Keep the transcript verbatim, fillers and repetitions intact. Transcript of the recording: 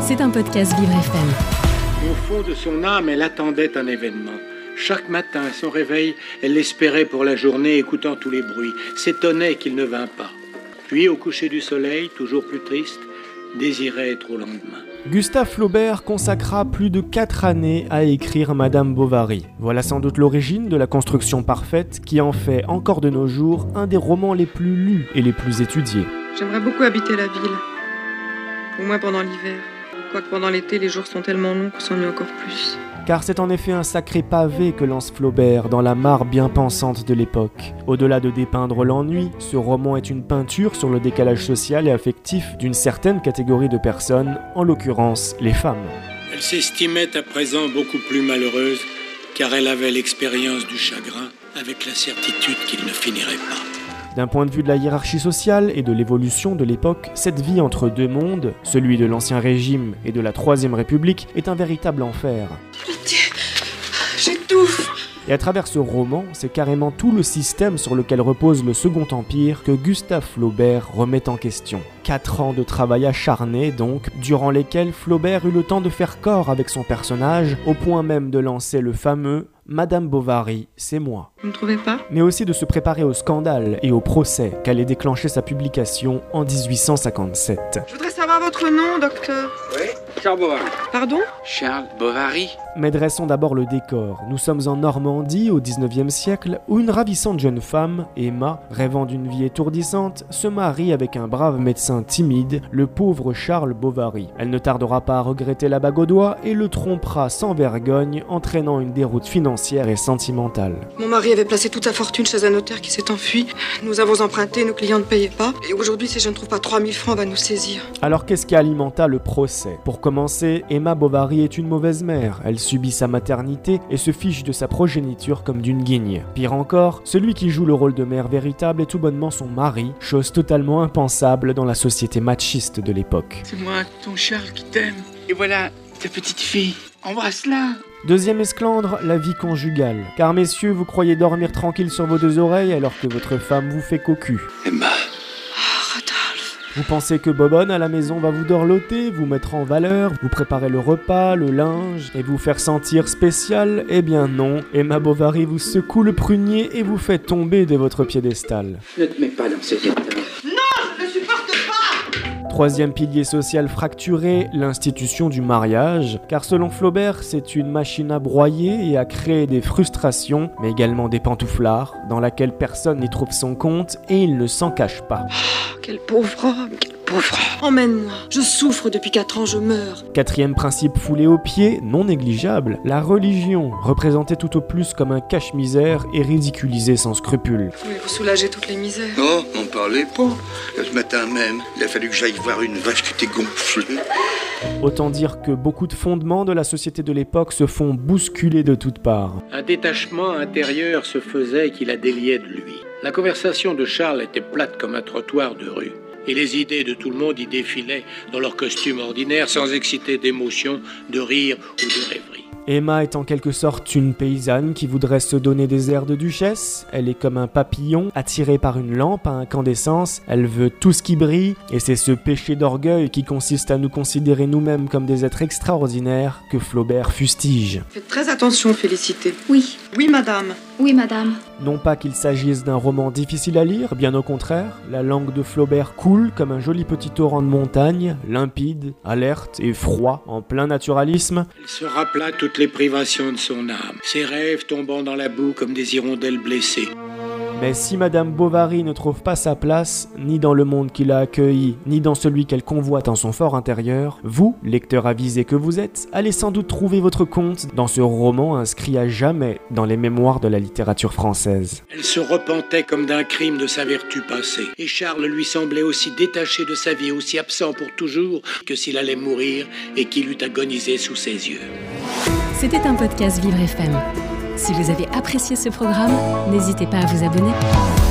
C'est un podcast Vivre F M. Au fond de son âme, elle attendait un événement. Chaque matin, à son réveil, elle l'espérait pour la journée, écoutant tous les bruits, s'étonnait qu'il ne vînt pas. Puis, au coucher du soleil, toujours plus triste, désirait être au lendemain. Gustave Flaubert consacra plus de quatre années à écrire Madame Bovary. Voilà sans doute l'origine de la construction parfaite qui en fait encore de nos jours un des romans les plus lus et les plus étudiés. J'aimerais beaucoup habiter la ville, au moins pendant l'hiver. Quoique pendant l'été, les jours sont tellement longs qu'on s'ennuie encore plus. Car c'est en effet un sacré pavé que lance Flaubert dans la mare bien pensante de l'époque. Au-delà de dépeindre l'ennui, ce roman est une peinture sur le décalage social et affectif d'une certaine catégorie de personnes, en l'occurrence les femmes. Elle s'estimait à présent beaucoup plus malheureuse, car elle avait l'expérience du chagrin, avec la certitude qu'il ne finirait pas. D'un point de vue de la hiérarchie sociale et de l'évolution de l'époque, cette vie entre deux mondes, celui de l'Ancien Régime et de la Troisième République, est un véritable enfer. Pitié, j'étouffe. Et à travers ce roman, c'est carrément tout le système sur lequel repose le Second Empire que Gustave Flaubert remet en question. Quatre ans de travail acharné donc, durant lesquels Flaubert eut le temps de faire corps avec son personnage, au point même de lancer le fameux « Madame Bovary, c'est moi ». Vous ne trouvez pas ? Mais aussi de se préparer au scandale et au procès qu'allait déclencher sa publication en dix-huit cent cinquante-sept. Je voudrais savoir votre nom, docteur. Oui, Charles Bovary. Pardon ? Charles Bovary. Mais dressons d'abord le décor. Nous sommes en Normandie au dix-neuvième siècle où une ravissante jeune femme, Emma, rêvant d'une vie étourdissante, se marie avec un brave médecin timide, le pauvre Charles Bovary. Elle ne tardera pas à regretter la bague au doigt et le trompera sans vergogne, entraînant une déroute financière et sentimentale. Mon mari avait placé toute sa fortune chez un notaire qui s'est enfui. Nous avons emprunté, nos clients ne payaient pas. Et aujourd'hui, si je ne trouve pas trois mille francs, on va nous saisir. Alors qu'est-ce qui alimenta le procès ? Pour commencer, Emma Bovary est une mauvaise mère. Elle subit sa maternité et se fiche de sa progéniture comme d'une guigne. Pire encore, celui qui joue le rôle de mère véritable est tout bonnement son mari, chose totalement impensable dans la société machiste de l'époque. C'est moi, ton Charles, qui t'aime. Et voilà, ta petite fille. Embrasse-la. Deuxième esclandre, la vie conjugale. Car messieurs, vous croyez dormir tranquille sur vos deux oreilles alors que votre femme vous fait cocu. Emma. Oh, Rodolphe. Vous pensez que Bobonne à la maison va vous dorloter, vous mettre en valeur, vous préparer le repas, le linge et vous faire sentir spécial ? Eh bien non, Emma Bovary vous secoue le prunier et vous fait tomber de votre piédestal. Ne te mets pas dans ces états. Troisième pilier social fracturé, l'institution du mariage, car selon Flaubert, c'est une machine à broyer et à créer des frustrations, mais également des pantouflards, dans laquelle personne n'y trouve son compte et il ne s'en cache pas. Oh, quel pauvre homme, quel pauvre homme. Emmène-moi, je souffre depuis quatre ans, je meurs. Quatrième principe foulé aux pieds, non négligeable, la religion, représentée tout au plus comme un cache-misère et ridiculisée sans scrupule. Voulez-vous soulager toutes les misères ? Non, n'en parlez pas. Ce matin même, il a fallu que j'aille voir une vache qui était gonflée. Autant dire que beaucoup de fondements de la société de l'époque se font bousculer de toutes parts. Un détachement intérieur se faisait qui la déliait de lui. La conversation de Charles était plate comme un trottoir de rue. Et les idées de tout le monde y défilaient dans leur costume ordinaire sans exciter d'émotion, de rire ou de rêverie. Emma est en quelque sorte une paysanne qui voudrait se donner des airs de duchesse. Elle est comme un papillon attiré par une lampe à incandescence. Elle veut tout ce qui brille et c'est ce péché d'orgueil qui consiste à nous considérer nous-mêmes comme des êtres extraordinaires que Flaubert fustige. Faites très attention, Félicité. Oui, Oui, madame. oui madame. Non pas qu'il s'agisse d'un roman difficile à lire, bien au contraire, la langue de Flaubert coule comme un joli petit torrent de montagne, limpide, alerte et froid, en plein naturalisme. Elle se rappela toutes les privations de son âme, ses rêves tombant dans la boue comme des hirondelles blessées. Mais si Madame Bovary ne trouve pas sa place, ni dans le monde qui l'a accueillie, ni dans celui qu'elle convoite en son fort intérieur, vous, lecteur avisé que vous êtes, allez sans doute trouver votre compte dans ce roman inscrit à jamais dans les mémoires de la littérature française. Elle se repentait comme d'un crime de sa vertu passée. Et Charles lui semblait aussi détaché de sa vie, aussi absent pour toujours, que s'il allait mourir et qu'il eût agonisé sous ses yeux. C'était un podcast Vivre F M. Si vous avez apprécié ce programme, n'hésitez pas à vous abonner.